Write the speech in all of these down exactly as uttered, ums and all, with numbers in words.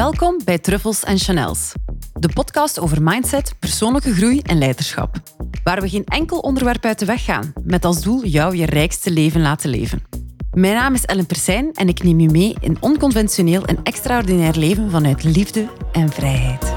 Welkom bij Truffels en Chanels, de podcast over mindset, persoonlijke groei en leiderschap. Waar we geen enkel onderwerp uit de weg gaan, met als doel jou je rijkste leven laten leven. Mijn naam is Ellen Persijn en ik neem je mee in onconventioneel en extraordinair leven vanuit liefde en vrijheid.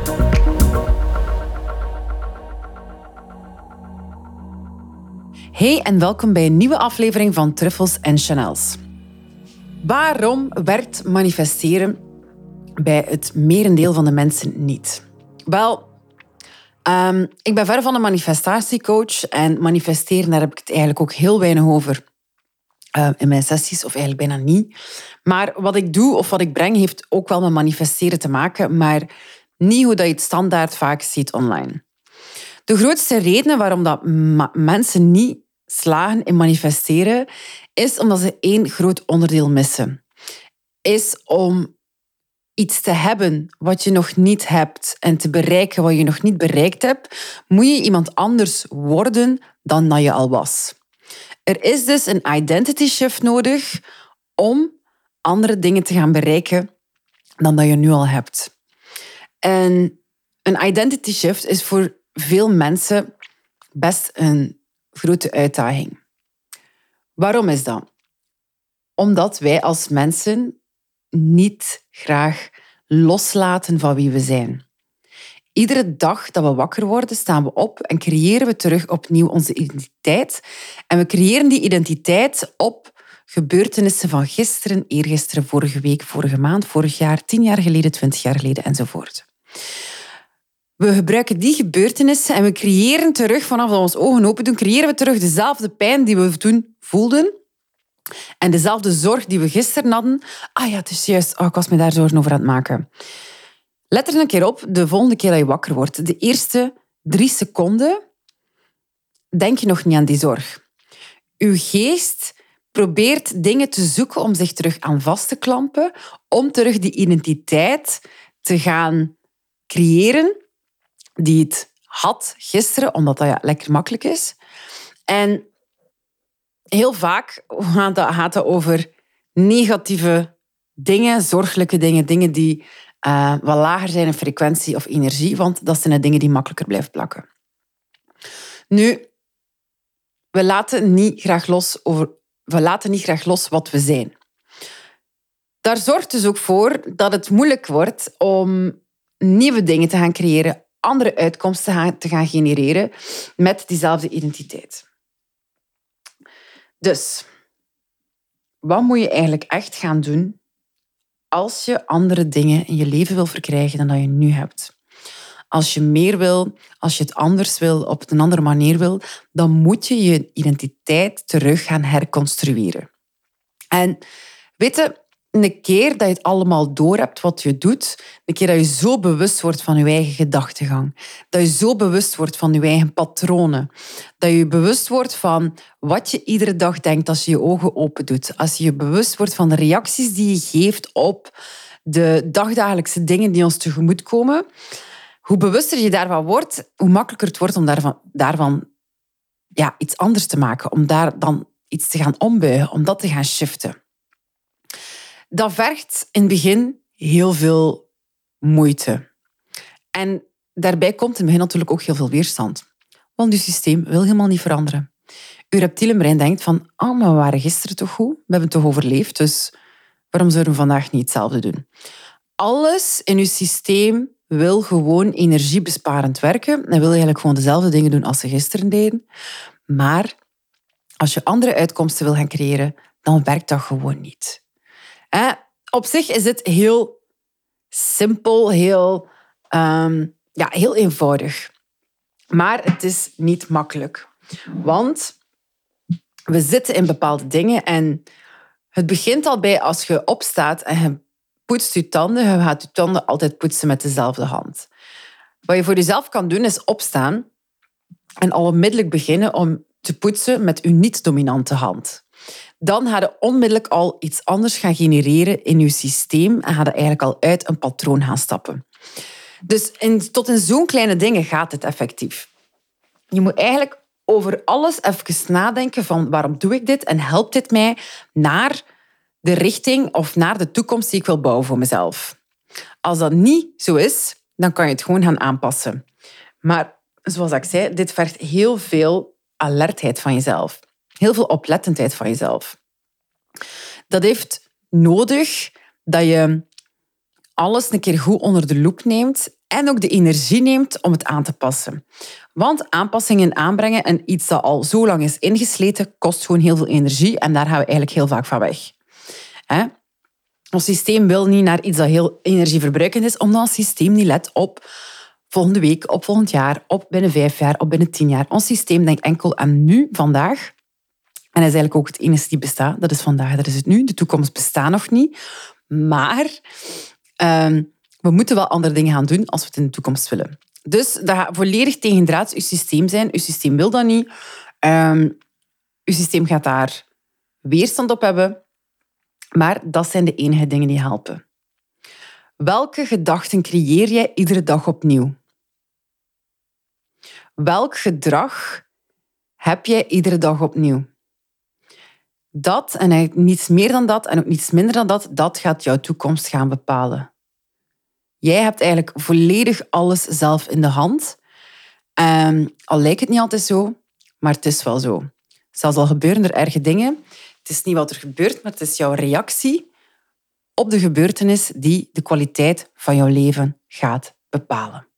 Hey en welkom bij een nieuwe aflevering van Truffels en Chanels. Waarom werkt manifesteren bij het merendeel van de mensen niet? Wel, um, ik ben ver van een manifestatiecoach en manifesteren, daar heb ik het eigenlijk ook heel weinig over uh, in mijn sessies, of eigenlijk bijna niet. Maar wat ik doe of wat ik breng, heeft ook wel met manifesteren te maken, maar niet hoe dat je het standaard vaak ziet online. De grootste reden waarom dat ma- mensen niet slagen in manifesteren, is omdat ze één groot onderdeel missen. Is om iets te hebben wat je nog niet hebt en te bereiken wat je nog niet bereikt hebt, moet je iemand anders worden dan dat je al was. Er is dus een identity shift nodig om andere dingen te gaan bereiken dan dat je nu al hebt. En een identity shift is voor veel mensen best een grote uitdaging. Waarom is dat? Omdat wij als mensen niet graag loslaten van wie we zijn. Iedere dag dat we wakker worden, staan we op en creëren we terug opnieuw onze identiteit. En we creëren die identiteit op gebeurtenissen van gisteren, eergisteren, vorige week, vorige maand, vorig jaar, tien jaar geleden, twintig jaar geleden enzovoort. We gebruiken die gebeurtenissen en we creëren terug, vanaf dat we ons ogen open doen, creëren we terug dezelfde pijn die we toen voelden. En dezelfde zorg die we gisteren hadden. Ah ja, het is juist. Oh, ik was me daar zorgen over aan het maken. Let er een keer op, de volgende keer dat je wakker wordt. De eerste drie seconden denk je nog niet aan die zorg. Uw geest probeert dingen te zoeken om zich terug aan vast te klampen, om terug die identiteit te gaan creëren die het had gisteren, omdat dat ja, lekker makkelijk is. En heel vaak gaat het, gaat het over negatieve dingen, zorgelijke dingen, dingen die uh, wat lager zijn in frequentie of energie, want dat zijn de dingen die makkelijker blijven plakken. Nu, we laten niet graag los, over, we laten niet graag los wat we zijn. Daar zorgt dus ook voor dat het moeilijk wordt om nieuwe dingen te gaan creëren, andere uitkomsten te gaan genereren met diezelfde identiteit. Dus, wat moet je eigenlijk echt gaan doen als je andere dingen in je leven wil verkrijgen dan dat je nu hebt? Als je meer wil, als je het anders wil, op een andere manier wil, dan moet je je identiteit terug gaan herconstrueren. En weet je, een keer dat je het allemaal doorhebt wat je doet, een keer dat je zo bewust wordt van je eigen gedachtegang, dat je zo bewust wordt van je eigen patronen, dat je bewust wordt van wat je iedere dag denkt als je je ogen open doet, als je je bewust wordt van de reacties die je geeft op de dagdagelijkse dingen die ons tegemoet komen, hoe bewuster je daarvan wordt, hoe makkelijker het wordt om daarvan, daarvan ja, iets anders te maken, om daar dan iets te gaan ombuigen, om dat te gaan shiften. Dat vergt in het begin heel veel moeite. En daarbij komt in het begin natuurlijk ook heel veel weerstand. Want je systeem wil helemaal niet veranderen. Uw reptiele brein denkt van, oh, maar we waren gisteren toch goed? We hebben toch overleefd, dus waarom zouden we vandaag niet hetzelfde doen? Alles in uw systeem wil gewoon energiebesparend werken en wil eigenlijk gewoon dezelfde dingen doen als ze gisteren deden. Maar als je andere uitkomsten wil gaan creëren, dan werkt dat gewoon niet. Eh, op zich is het heel simpel, heel, um, ja, heel eenvoudig. Maar het is niet makkelijk. Want we zitten in bepaalde dingen en het begint al bij als je opstaat en je poetst je tanden. Je gaat je tanden altijd poetsen met dezelfde hand. Wat je voor jezelf kan doen is opstaan en al onmiddellijk beginnen om te poetsen met je niet-dominante hand. Dan ga je onmiddellijk al iets anders gaan genereren in je systeem en ga je eigenlijk al uit een patroon gaan stappen. Dus in, tot in zo'n kleine dingen gaat het effectief. Je moet eigenlijk over alles even nadenken van waarom doe ik dit en helpt dit mij naar de richting of naar de toekomst die ik wil bouwen voor mezelf. Als dat niet zo is, dan kan je het gewoon gaan aanpassen. Maar zoals ik zei, dit vergt heel veel alertheid van jezelf. Heel veel oplettendheid van jezelf. Dat heeft nodig dat je alles een keer goed onder de loep neemt en ook de energie neemt om het aan te passen. Want aanpassingen aanbrengen en iets dat al zo lang is ingesleten, kost gewoon heel veel energie en daar gaan we eigenlijk heel vaak van weg. Hè? Ons systeem wil niet naar iets dat heel energieverbruikend is, omdat ons systeem niet let op volgende week, op volgend jaar, op binnen vijf jaar, op binnen tien jaar. Ons systeem denkt enkel aan nu, vandaag. En dat is eigenlijk ook het enige die bestaat. Dat is vandaag, dat is het nu. De toekomst bestaat nog niet. Maar um, we moeten wel andere dingen gaan doen als we het in de toekomst willen. Dus dat gaat volledig tegendraads uw systeem zijn. Uw systeem wil dat niet. Um, uw systeem gaat daar weerstand op hebben. Maar dat zijn de enige dingen die helpen. Welke gedachten creëer jij iedere dag opnieuw? Welk gedrag heb jij iedere dag opnieuw? Dat, en eigenlijk niets meer dan dat, en ook niets minder dan dat, dat gaat jouw toekomst gaan bepalen. Jij hebt eigenlijk volledig alles zelf in de hand. Um, al lijkt het niet altijd zo, maar het is wel zo. Zelfs al gebeuren er erge dingen, het is niet wat er gebeurt, maar het is jouw reactie op de gebeurtenis die de kwaliteit van jouw leven gaat bepalen.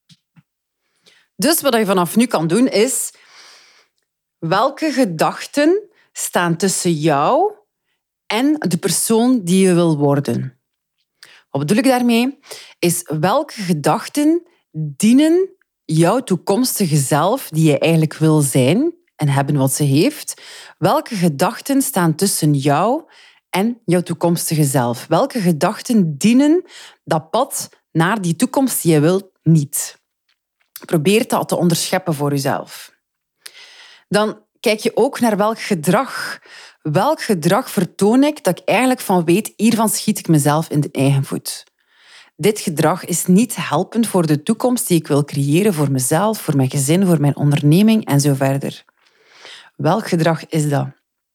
Dus wat je vanaf nu kan doen is, welke gedachten staan tussen jou en de persoon die je wil worden? Wat bedoel ik daarmee? Is welke gedachten dienen jouw toekomstige zelf, die je eigenlijk wil zijn en hebben wat ze heeft? Welke gedachten staan tussen jou en jouw toekomstige zelf? Welke gedachten dienen dat pad naar die toekomst die je wilt niet? Probeer dat te onderscheppen voor jezelf. Dan kijk je ook naar welk gedrag. Welk gedrag vertoon ik dat ik eigenlijk van weet, hiervan schiet ik mezelf in de eigen voet. Dit gedrag is niet helpend voor de toekomst die ik wil creëren voor mezelf, voor mijn gezin, voor mijn onderneming en zo verder. Welk gedrag is dat?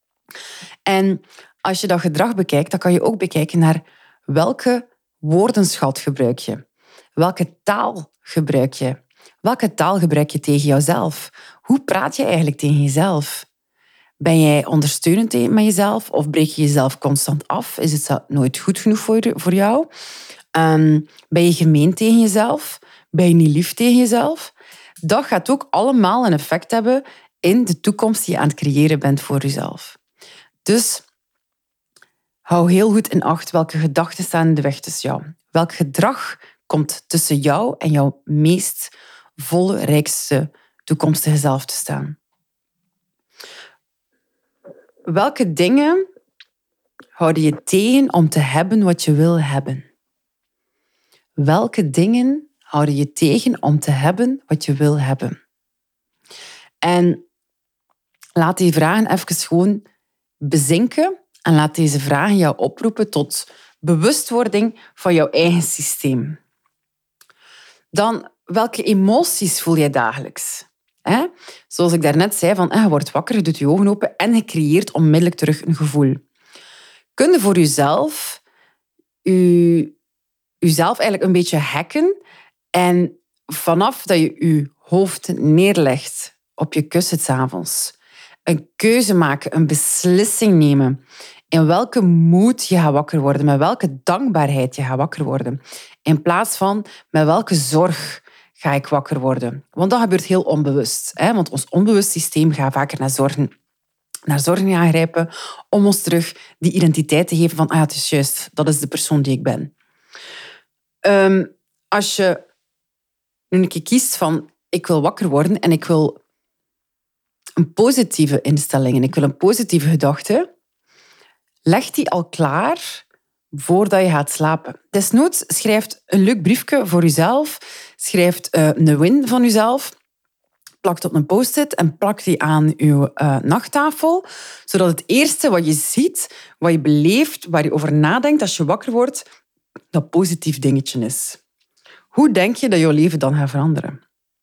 En als je dat gedrag bekijkt, dan kan je ook bekijken naar welke woordenschat gebruik je. Welke taal gebruik je? Welke taal gebruik je tegen jouzelf? Hoe praat je eigenlijk tegen jezelf? Ben jij ondersteunend met jezelf of breek je jezelf constant af? Is het nooit goed genoeg voor jou? Um, ben je gemeen tegen jezelf? Ben je niet lief tegen jezelf? Dat gaat ook allemaal een effect hebben in de toekomst die je aan het creëren bent voor jezelf. Dus hou heel goed in acht welke gedachten staan in de weg tussen jou. Welk gedrag komt tussen jou en jouw meest volle, rijkste toekomstige zelf te staan. Welke dingen houden je tegen om te hebben wat je wil hebben? Welke dingen houden je tegen om te hebben wat je wil hebben? En laat die vragen even gewoon bezinken en laat deze vragen jou oproepen tot bewustwording van jouw eigen systeem. Dan, welke emoties voel je dagelijks? Hè? Zoals ik daarnet zei, van, je wordt wakker, je doet je ogen open en je creëert onmiddellijk terug een gevoel. Kun je voor jezelf je, jezelf eigenlijk een beetje hacken en vanaf dat je je hoofd neerlegt op je kussen 's avonds, een keuze maken, een beslissing nemen in welke moed je gaat wakker worden, met welke dankbaarheid je gaat wakker worden, in plaats van met welke zorg ga ik wakker worden. Want dat gebeurt heel onbewust. Hè? Want ons onbewust systeem gaat vaker naar zorgen, naar zorgen gaan grijpen om ons terug die identiteit te geven van ah ja, het is juist, dat is de persoon die ik ben. Um, als je nu een keer kiest van ik wil wakker worden en ik wil een positieve instelling en ik wil een positieve gedachte, leg die al klaar voordat je gaat slapen. Desnoods schrijf een leuk briefje voor jezelf, schrijf uh, een win van jezelf, plak het op een post-it en plak die aan je uh, nachttafel, zodat het eerste wat je ziet, wat je beleeft, waar je over nadenkt als je wakker wordt, dat positief dingetje is. Hoe denk je dat jouw leven dan gaat veranderen?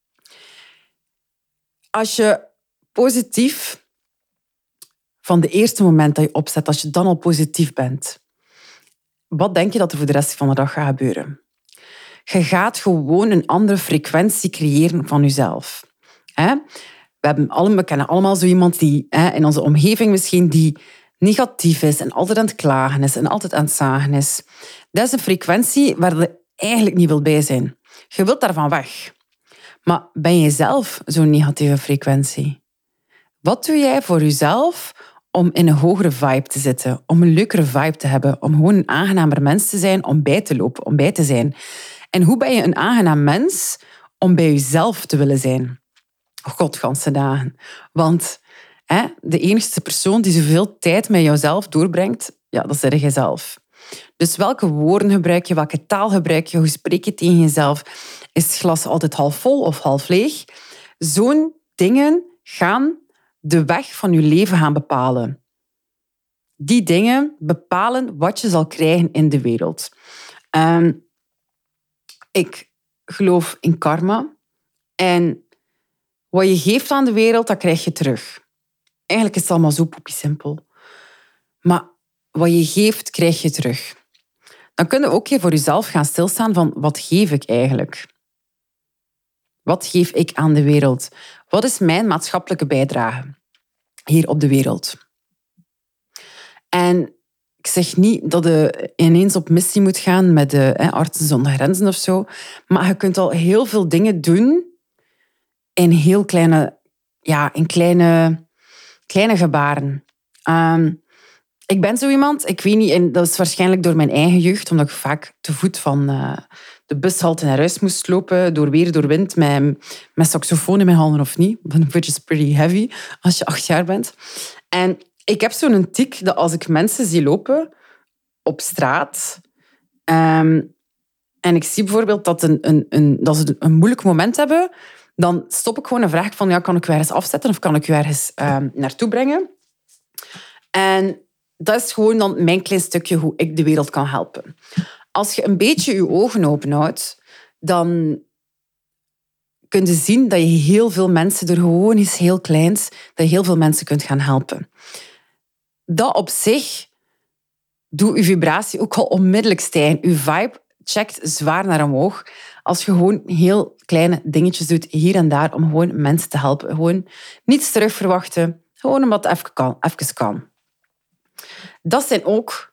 Als je positief van de eerste moment dat je opzet, als je dan al positief bent, wat denk je dat er voor de rest van de dag gaat gebeuren? Je gaat gewoon een andere frequentie creëren van jezelf. We, hebben alle, we kennen allemaal zo iemand die in onze omgeving misschien die negatief is en altijd aan het klagen is en altijd aan het zagen is. Dat is een frequentie waar je eigenlijk niet wilt bij zijn. Je wilt daarvan weg. Maar ben je zelf zo'n negatieve frequentie? Wat doe jij voor jezelf om in een hogere vibe te zitten, om een leukere vibe te hebben, om gewoon een aangenamer mens te zijn, om bij te lopen, om bij te zijn? En hoe ben je een aangenaam mens om bij jezelf te willen zijn? Godganse dagen. Want hè, de enige persoon die zoveel tijd met jouzelf doorbrengt, ja, dat zeg jij zelf. Dus welke woorden gebruik je, welke taal gebruik je, hoe spreek je tegen jezelf? Is het glas altijd half vol of half leeg? Zo'n dingen gaan de weg van je leven gaan bepalen. Die dingen bepalen wat je zal krijgen in de wereld. Um, ik geloof in karma. En wat je geeft aan de wereld, dat krijg je terug. Eigenlijk is het allemaal zo poepie simpel. Maar wat je geeft, krijg je terug. Dan kun je ook voor jezelf gaan stilstaan van wat geef ik eigenlijk? Wat geef ik aan de wereld? Wat is mijn maatschappelijke bijdrage hier op de wereld? En ik zeg niet dat je ineens op missie moet gaan met de eh, Artsen zonder Grenzen of zo, maar je kunt al heel veel dingen doen in heel kleine, ja, in kleine, kleine gebaren. Um, ik ben zo iemand, ik weet niet, en dat is waarschijnlijk door mijn eigen jeugd, omdat ik vaak te voet van uh, de bushalte naar huis moest lopen, door weer, door wind, met, met saxofoon in mijn handen of niet, which is pretty heavy als je acht jaar bent. En ik heb zo'n tik dat als ik mensen zie lopen op straat, um, en ik zie bijvoorbeeld dat, een, een, een, dat ze een moeilijk moment hebben, dan stop ik gewoon en vraag ik van, ja, kan ik u ergens afzetten of kan ik u ergens um, naartoe brengen? En dat is gewoon dan mijn klein stukje hoe ik de wereld kan helpen. Als je een beetje je ogen openhoudt, dan kun je zien dat je heel veel mensen, door gewoon iets heel kleins, dat je heel veel mensen kunt gaan helpen. Dat op zich doet je vibratie ook al onmiddellijk stijgen. Je vibe checkt zwaar naar omhoog. Als je gewoon heel kleine dingetjes doet, hier en daar, om gewoon mensen te helpen. Gewoon niets terug verwachten. Gewoon omdat het even kan. Even kan. Dat zijn ook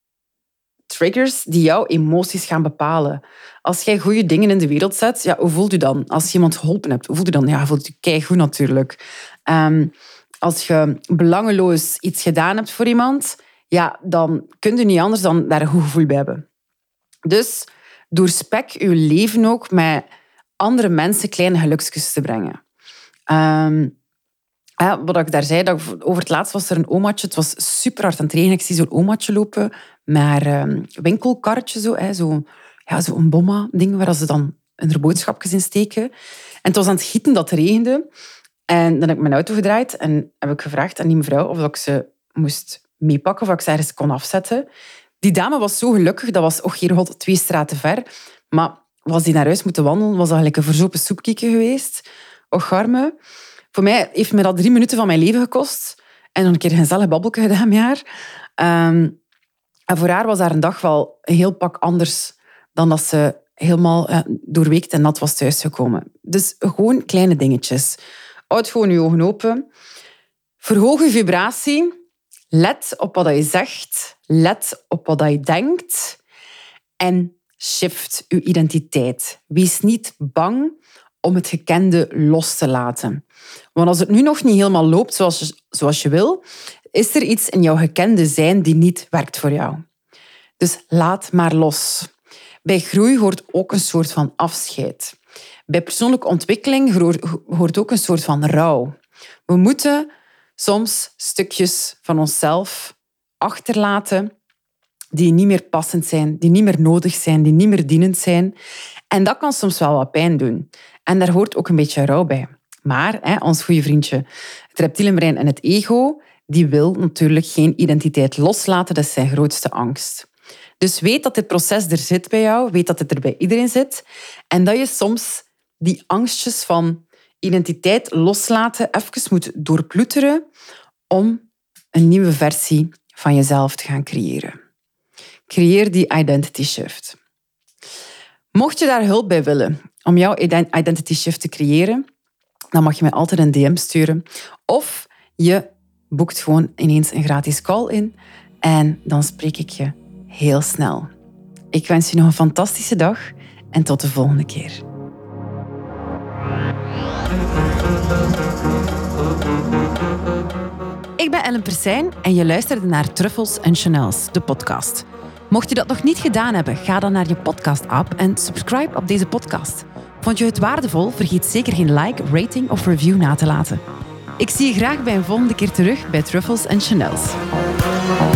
triggers die jouw emoties gaan bepalen. Als jij goede dingen in de wereld zet, ja, hoe voelt je dan? Als je iemand geholpen hebt, hoe voelt je dan? Ja, je voelt je keigoed natuurlijk. Um, als je belangeloos iets gedaan hebt voor iemand, ja, dan kun je niet anders dan daar een goed gevoel bij hebben. Dus doorspek je leven ook met andere mensen kleine geluksjes te brengen. Um, Ja, wat ik daar zei, dat over het laatst was er een omaatje. Het was super hard aan het regenen. Ik zie zo'n omaatje lopen met een winkelkarretje. Zo, hè, zo, ja, zo'n bomma-ding waar ze dan hun boodschapjes in steken. En het was aan het gieten dat het regende. En dan heb ik mijn auto gedraaid en heb ik gevraagd aan die mevrouw of ik ze moest meepakken of ik ze ergens kon afzetten. Die dame was zo gelukkig. Dat was ook hier rond twee straten ver. Maar was die naar huis moeten wandelen, was dat eigenlijk een verzopen soepkiekje geweest. Och, arme. Voor mij heeft me dat drie minuten van mijn leven gekost. En nog een keer een gezellig babbelje gedaan met haar. Um, en voor haar was haar een dag wel een heel pak anders dan dat ze helemaal uh, doorweekt en nat was thuisgekomen. Dus gewoon kleine dingetjes. Houd gewoon je ogen open. Verhoog je vibratie. Let op wat je zegt. Let op wat je denkt. En shift je identiteit. Wees niet bang om het gekende los te laten. Want als het nu nog niet helemaal loopt zoals je, zoals je wil, is er iets in jouw gekende zijn die niet werkt voor jou. Dus laat maar los. Bij groei hoort ook een soort van afscheid. Bij persoonlijke ontwikkeling hoort ook een soort van rouw. We moeten soms stukjes van onszelf achterlaten die niet meer passend zijn, die niet meer nodig zijn, die niet meer dienend zijn. En dat kan soms wel wat pijn doen. En daar hoort ook een beetje rouw bij. Maar hè, ons goede vriendje, het reptielenbrein en het ego, die wil natuurlijk geen identiteit loslaten. Dat is zijn grootste angst. Dus weet dat dit proces er zit bij jou. Weet dat het er bij iedereen zit. En dat je soms die angstjes van identiteit loslaten even moet doorploeteren om een nieuwe versie van jezelf te gaan creëren. Creëer die identity shift. Mocht je daar hulp bij willen om jouw identity shift te creëren, dan mag je mij altijd een D M sturen. Of je boekt gewoon ineens een gratis call in en dan spreek ik je heel snel. Ik wens je nog een fantastische dag en tot de volgende keer. Ik ben Ellen Persijn en je luisterde naar Truffles en Chanels, de podcast. Mocht je dat nog niet gedaan hebben, ga dan naar je podcast-app en subscribe op deze podcast. Vond je het waardevol? Vergeet zeker geen like, rating of review na te laten. Ik zie je graag bij een volgende keer terug bij Truffles en Chanels.